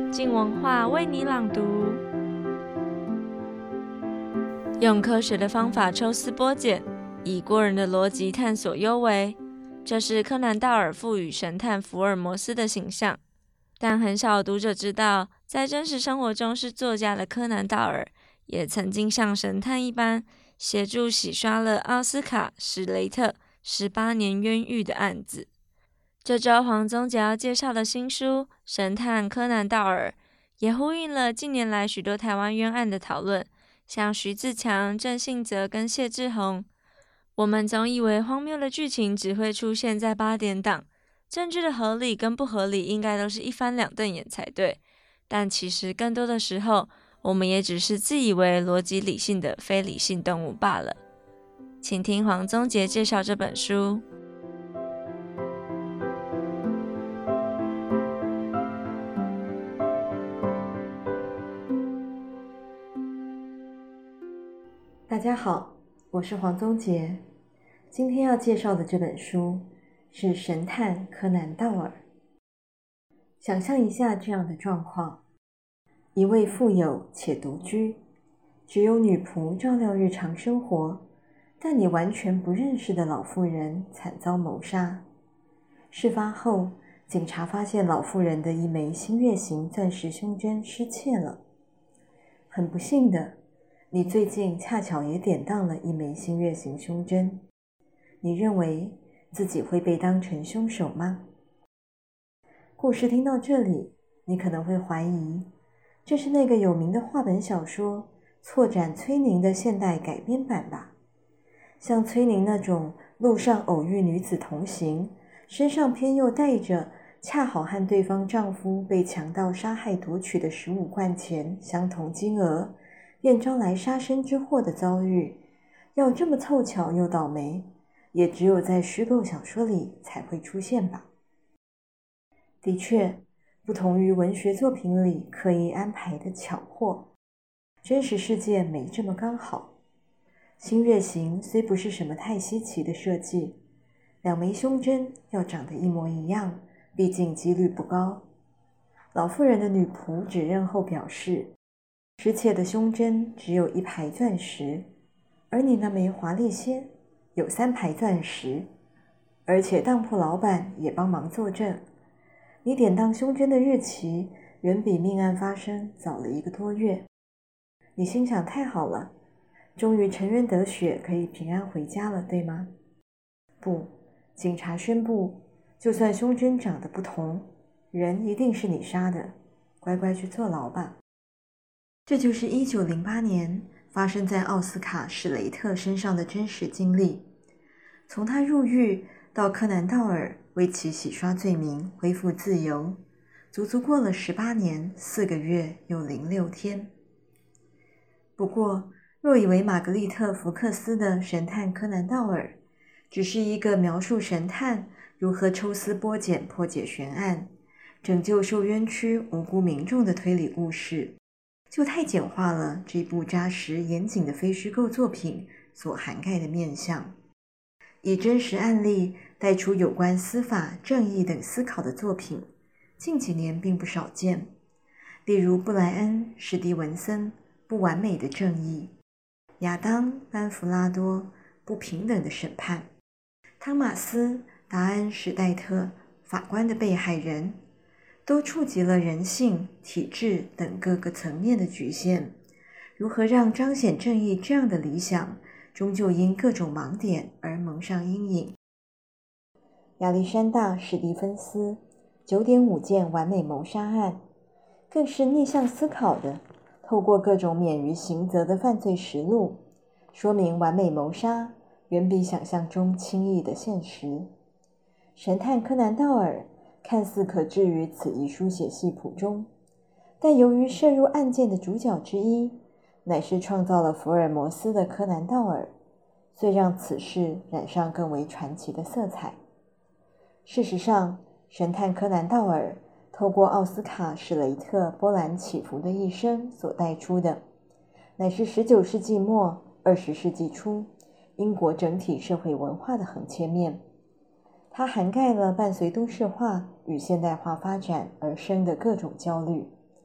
静文化为你朗读。用科学的方法抽丝剥茧，以过人的逻辑探索幽微，这是柯南道尔赋予神探福尔摩斯的形象。但很少读者知道，在真实生活中是作家的柯南道尔，也曾经像神探一般，协助洗刷了奥斯卡·史雷特18年冤狱的案子。这周黄宗杰要介绍的新书《神探柯南道尔》，也呼应了近年来许多台湾冤案的讨论，像徐自强、郑信哲跟谢志宏。我们总以为荒谬的剧情只会出现在8点档，政治的合理跟不合理应该都是一翻两瞪眼才对，但其实更多的时候，我们也只是自以为逻辑理性的非理性动物罢了。请听黄宗杰介绍这本书。 大家好，我是黄宗杰。今天要介绍的这本书是《神探柯南道尔》。想象一下这样的状况：一位富有且独居，只有女仆照料日常生活，但你完全不认识的老妇人惨遭谋杀。事发后，警察发现老妇人的一枚新月形钻石胸针失窃了。很不幸的，你最近恰巧也典当了一枚新月形胸针。你认为自己会被当成凶手吗？故事听到这里，你可能会怀疑，这是那个有名的话本小说《错斩崔宁》的现代改编版吧？像崔宁那种路上偶遇女子同行，身上偏又带着恰好和对方丈夫被强盗杀害夺取的15贯钱相同金额，便招来杀身之祸的遭遇，要这么凑巧又倒霉，也只有在虚构小说里才会出现吧。的确，不同于文学作品里刻意安排的巧货，真实世界没这么刚好。新月形虽不是什么太稀奇的设计，2枚胸针要长得一模一样，毕竟几率不高。老妇人的女仆指认后表示，失窃的胸针只有1排钻石，而你那枚华丽些，有3排钻石，而且当铺老板也帮忙作证。你典当胸针的日期远比命案发生早了1个多月。你心想，太好了，终于沉冤得雪，可以平安回家了，对吗？不，警察宣布，就算胸针长得不同，人一定是你杀的，乖乖去坐牢吧。这就是1908年发生在奥斯卡·史雷特身上的真实经历。从他入狱到柯南道尔为其洗刷罪名，恢复自由，足足过了18年4个月又06天。不过，若以为玛格丽特·福克斯的神探柯南道尔只是一个描述神探如何抽丝剥茧破解悬案，拯救受冤屈无辜民众的推理故事，就太简化了这部扎实严谨的非虚构作品所涵盖的面向。以真实案例带出有关司法、正义等思考的作品，近几年并不少见。例如布莱恩·史蒂文森《不完美的正义》，亚当·班弗拉多《不平等的审判》，汤马斯·达恩·史代特《法官的被害人》，都触及了人性、体制等各个层面的局限。如何让彰显正义这样的理想终究因各种盲点而蒙上阴影。亚历山大·史蒂芬斯9.5件完美谋杀案，更是逆向思考的，透过各种免于刑责的犯罪实录，说明完美谋杀远比想象中轻易的现实。神探柯南道尔看似可置于此一书写系谱中，但由于涉入案件的主角之一乃是创造了福尔摩斯的柯南道尔，遂让此事染上更为传奇的色彩。事实上，神探柯南道尔透过奥斯卡·史雷特波澜起伏的一生所带出的，乃是19世纪末20世纪初英国整体社会文化的横切面。它涵盖了伴随都市化与现代化发展而生的各种焦虑，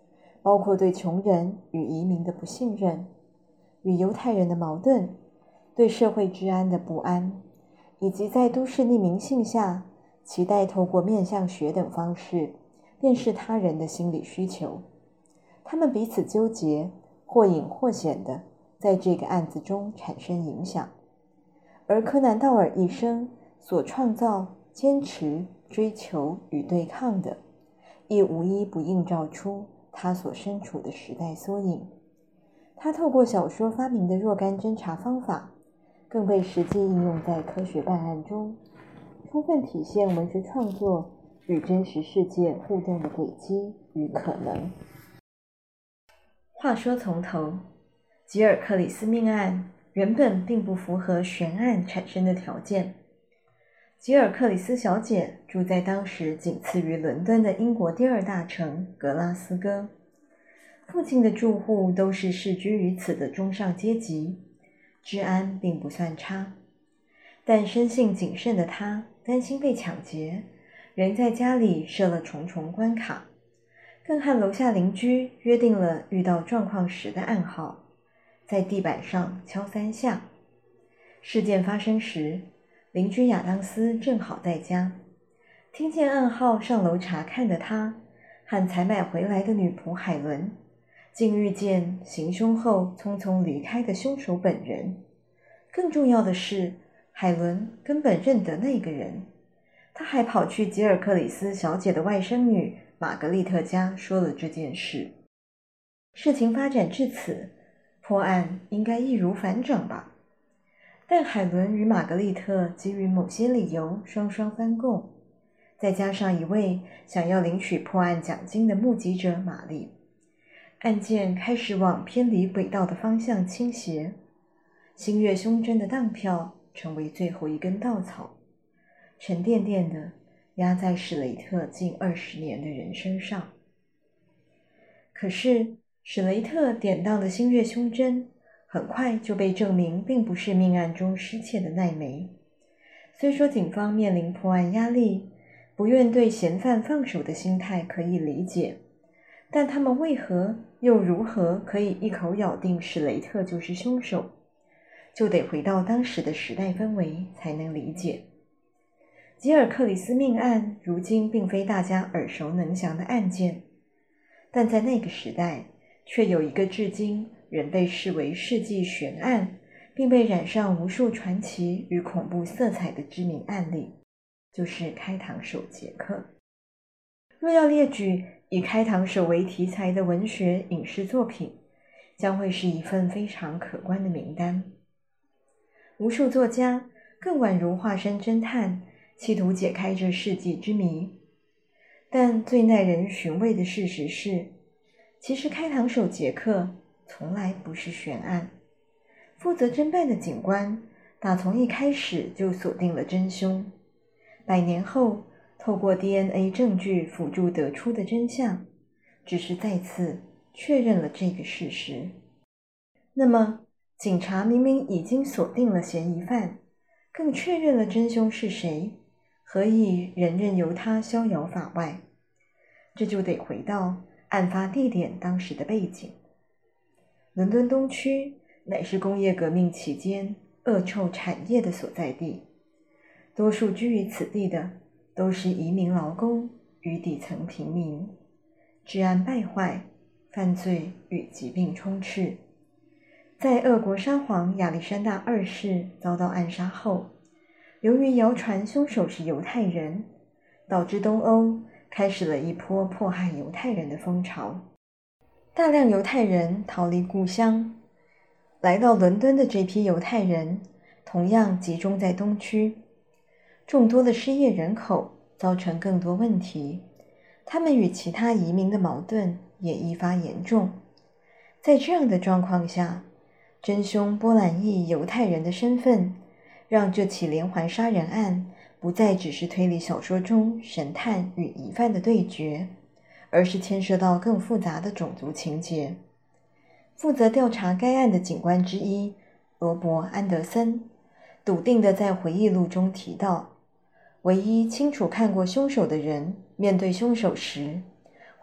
包括对穷人与移民的不信任，与犹太人的矛盾，对社会治安的不安，以及在都市匿名性下期待透过面相学等方式辨识他人的心理需求。他们彼此纠结，或隐或显的在这个案子中产生影响。而柯南道尔一生所创造、坚持、追求与对抗的，亦无一不映照出他所身处的时代缩影。他透过小说发明的若干侦查方法，更被实际应用在科学办案中，充分体现文学创作与真实世界互动的轨迹与可能。话说从头，吉尔克里斯命案原本并不符合悬案产生的条件。吉尔克里斯小姐住在当时仅次于伦敦的英国第二大城格拉斯哥，附近的住户都是世居于此的中上阶级，治安并不算差。但生性谨慎的她担心被抢劫，仍在家里设了重重关卡，更和楼下邻居约定了遇到状况时的暗号，在地板上敲3下。事件发生时，邻居亚当斯正好在家，听见暗号上楼查看的他和采买回来的女仆海伦，竟遇见行凶后匆匆离开的凶手本人。更重要的是，海伦根本认得那个人，他还跑去吉尔克里斯小姐的外甥女玛格丽特家说了这件事。事情发展至此，破案应该易如反掌吧？但海伦与玛格丽特基于某些理由双双翻供，再加上一位想要领取破案奖金的目击者玛丽，案件开始往偏离轨道的方向倾斜。星月胸针的当票成为最后一根稻草，沉甸甸的压在史雷特近20年的人身上。可是史雷特典当的星月胸针很快就被证明并不是命案中失窃的奈梅。虽说警方面临破案压力，不愿对嫌犯放手的心态可以理解，但他们为何又如何可以一口咬定史雷特就是凶手，就得回到当时的时代氛围才能理解。吉尔克里斯命案如今并非大家耳熟能详的案件，但在那个时代却有一个至今仍被视为世纪悬案，并被染上无数传奇与恐怖色彩的知名案例，就是开膛手杰克。若要列举以开膛手为题材的文学影视作品，将会是一份非常可观的名单。无数作家更宛如化身侦探，企图解开这世纪之谜。但最耐人寻味的事实是，其实开膛手杰克从来不是悬案。负责侦办的警官打从一开始就锁定了真凶，100年后透过 DNA 证据辅助得出的真相，只是再次确认了这个事实。那么警察明明已经锁定了嫌疑犯，更确认了真凶是谁，何以仍任由他逍遥法外？这就得回到案发地点当时的背景。伦敦东区乃是工业革命期间恶臭产业的所在地，多数居于此地的都是移民劳工与底层平民，治安败坏，犯罪与疾病充斥。在俄国沙皇亚历山大2世遭到暗杀后，由于谣传凶手是犹太人，导致东欧开始了一波迫害犹太人的风潮。大量犹太人逃离故乡，来到伦敦的这批犹太人同样集中在东区，众多的失业人口造成更多问题，他们与其他移民的矛盾也愈发严重。在这样的状况下，真凶波兰裔犹太人的身份，让这起连环杀人案不再只是推理小说中神探与疑犯的对决，而是牵涉到更复杂的种族情节。负责调查该案的警官之一罗伯·安德森笃定地在回忆录中提到，唯一清楚看过凶手的人面对凶手时，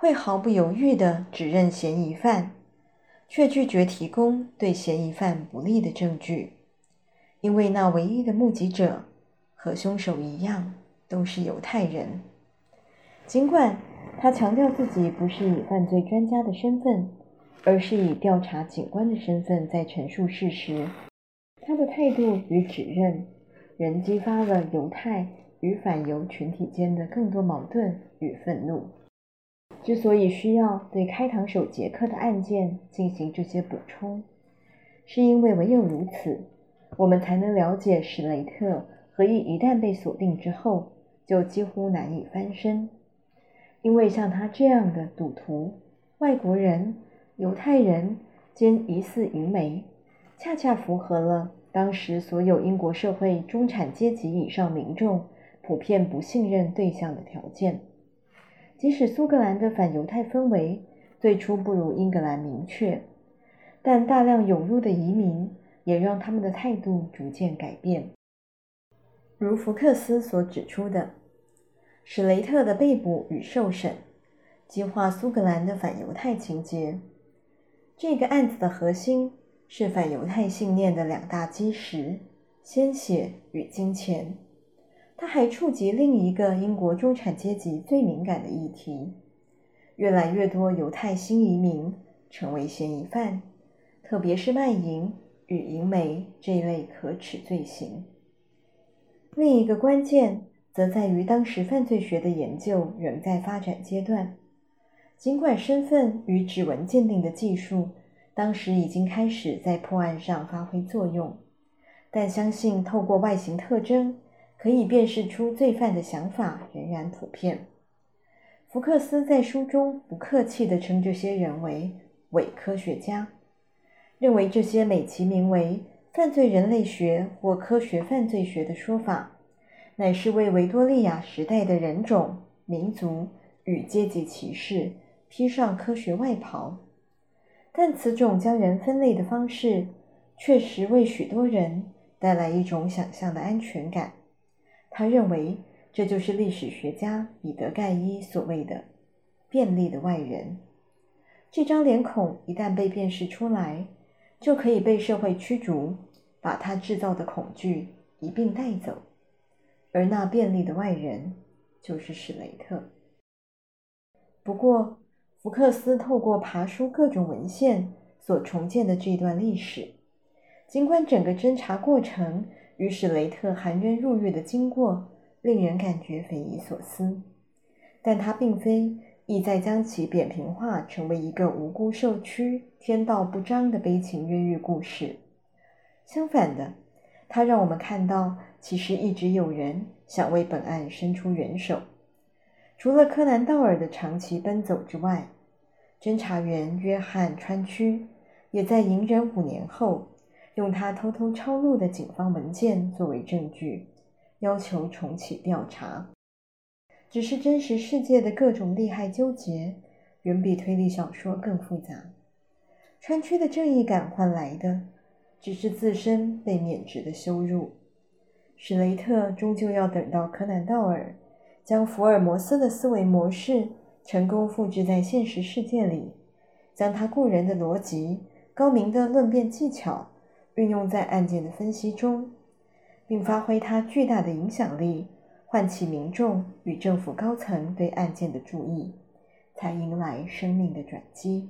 会毫不犹豫地指认嫌疑犯，却拒绝提供对嫌疑犯不利的证据，因为那唯一的目击者和凶手一样都是犹太人。尽管他强调自己不是以犯罪专家的身份，而是以调查警官的身份在陈述事实，他的态度与指认仍激发了犹太与反犹群体间的更多矛盾与愤怒。之所以需要对开膛手杰克的案件进行这些补充，是因为唯有如此，我们才能了解史雷特何以一旦被锁定之后就几乎难以翻身。因为像他这样的赌徒、外国人、犹太人兼疑似淫媒，恰恰符合了当时所有英国社会中产阶级以上民众普遍不信任对象的条件。即使苏格兰的反犹太氛围最初不如英格兰明确，但大量涌入的移民也让他们的态度逐渐改变。如福克斯所指出的，史雷特的被捕与受审激化苏格兰的反犹太情节。这个案子的核心是反犹太信念的两大基石：鲜血与金钱。他还触及另一个英国中产阶级最敏感的议题：越来越多犹太新移民成为嫌疑犯，特别是卖淫与淫媒这一类可耻罪行。另一个关键则在于当时犯罪学的研究仍在发展阶段。尽管身份与指纹鉴定的技术当时已经开始在破案上发挥作用，但相信透过外形特征可以辨识出罪犯的想法仍然普遍。福克斯在书中不客气地称这些人为伪科学家，认为这些美其名为犯罪人类学或科学犯罪学的说法，乃是为维多利亚时代的人种、民族与阶级歧视披上科学外袍。但此种将人分类的方式确实为许多人带来一种想象的安全感。他认为这就是历史学家彼得·盖伊所谓的便利的外人。这张脸孔一旦被辨识出来，就可以被社会驱逐，把他制造的恐惧一并带走。而那便利的外人就是史雷特。不过，福克斯透过爬书各种文献所重建的这段历史，尽管整个侦查过程与史雷特含冤入狱的经过令人感觉匪夷所思，但他并非意在将其扁平化成为一个无辜受屈、天道不彰的悲情冤狱故事。相反的，他让我们看到其实一直有人想为本案伸出援手。除了柯南·道尔的长期奔走之外，侦查员约翰·川区也在隐忍5年后，用他偷偷抄录的警方文件作为证据，要求重启调查。只是真实世界的各种利害纠结远比推理小说更复杂。川区的正义感换来的只是自身被免职的羞辱。史雷特终究要等到柯南·道尔将福尔摩斯的思维模式成功复制在现实世界里，将他过人的逻辑、高明的论辩技巧运用在案件的分析中，并发挥他巨大的影响力，唤起民众与政府高层对案件的注意，才迎来生命的转机。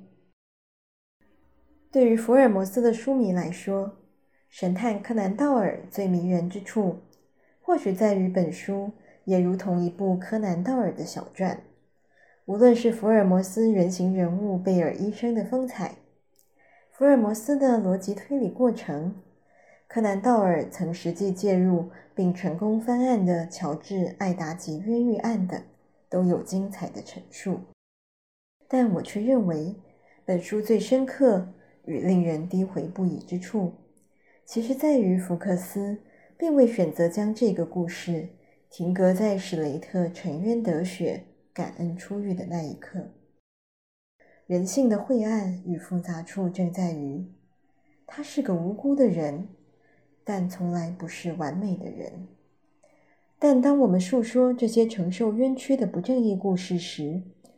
对于福尔摩斯的书迷来说，神探柯南·道尔最迷人之处，或许在于本书也如同一部柯南·道尔的小传。无论是福尔摩斯原型人物贝尔医生的风采，福尔摩斯的逻辑推理过程，柯南·道尔曾实际介入并成功翻案的乔治·艾达吉冤狱案等，都有精彩的陈述。但我却认为，本书最深刻与令人低回不已之处，其实在于福克斯并未选择将这个故事停格在史雷特沉冤得雪、感恩出狱的那一刻。人性的晦暗与复杂处正在于，他是个无辜的人，但从来不是完美的人。但当我们述说这些承受冤屈的不正义故事时，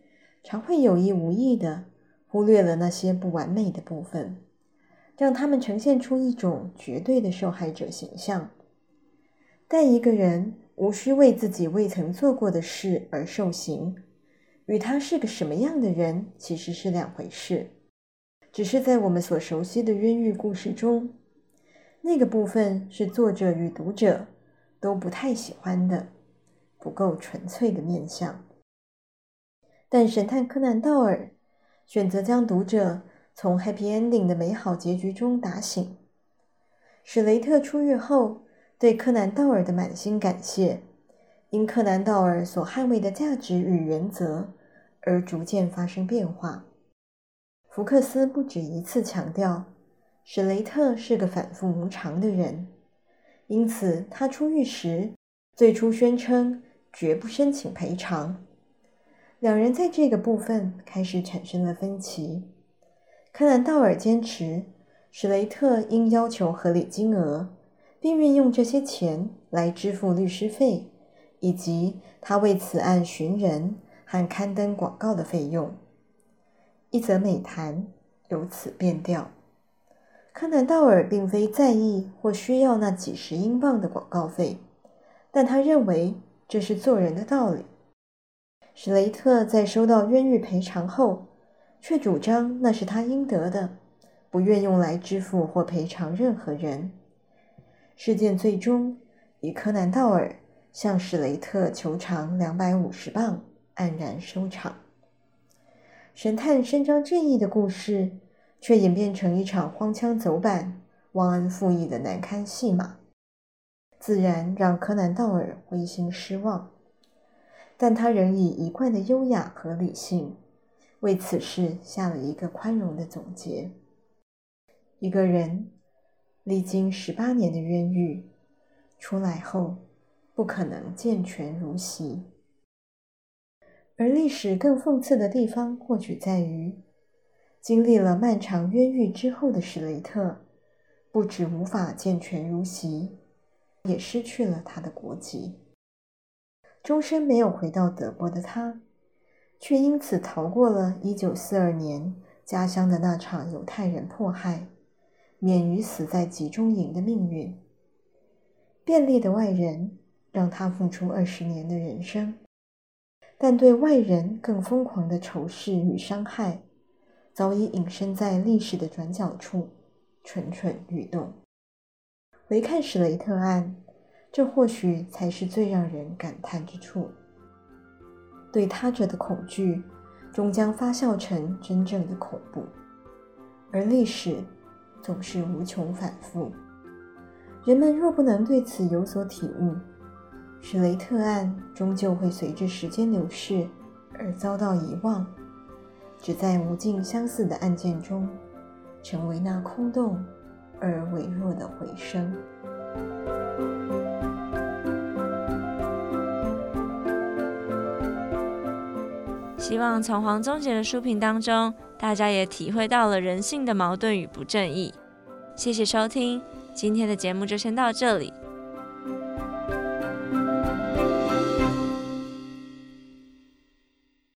常会有意无意地忽略了那些不完美的部分，让他们呈现出一种绝对的受害者形象。但一个人无需为自己未曾做过的事而受刑，与他是个什么样的人其实是两回事。只是在我们所熟悉的冤狱故事中，那个部分是作者与读者都不太喜欢的，不够纯粹的面向。但神探柯南道尔选择将读者从 happy ending 的美好结局中打醒。史雷特出狱后对柯南道尔的满心感谢，因柯南道尔所捍卫的价值与原则而逐渐发生变化。福克斯不止一次强调，史雷特是个反复无常的人，因此他出狱时最初宣称绝不申请赔偿。两人在这个部分开始产生了分歧。柯南道尔坚持史雷特应要求合理金额，并愿用这些钱来支付律师费，以及他为此案寻人和刊登广告的费用。一则美谈由此变调。柯南道尔并非在意或需要那几十英镑的广告费，但他认为这是做人的道理。史雷特在收到冤狱赔偿后，却主张那是他应得的，不愿用来支付或赔偿任何人。事件最终以柯南道尔向史雷特求偿250镑黯然收场。神探伸张正义的故事却演变成一场荒腔走板、忘恩负义的难堪戏码，自然让柯南道尔灰心失望。但他仍以一贯的优雅和理性，为此事下了一个宽容的总结。一个人历经18年的冤狱，出来后不可能健全如昔。而历史更讽刺的地方或许在于，经历了漫长冤狱之后的史雷特，不止无法健全如昔，也失去了他的国籍。终身没有回到德国的他，却因此逃过了1942年家乡的那场犹太人迫害，免于死在集中营的命运。便利的外人让他付出20年的人生，但对外人更疯狂的仇视与伤害，早已隐身在历史的转角处，蠢蠢欲动。回看史雷特案，这或许才是最让人感叹之处。对他者的恐惧终将发酵成真正的恐怖，而历史总是无穷反复。人们若不能对此有所体悟，史雷特案终究会随着时间流逝而遭到遗忘，只在无尽相似的案件中，成为那空洞而微弱的回声。 希望从黄宗杰的书评当中，大家也体会到了人性的矛盾与不正义。谢谢收听，今天的节目就先到这里，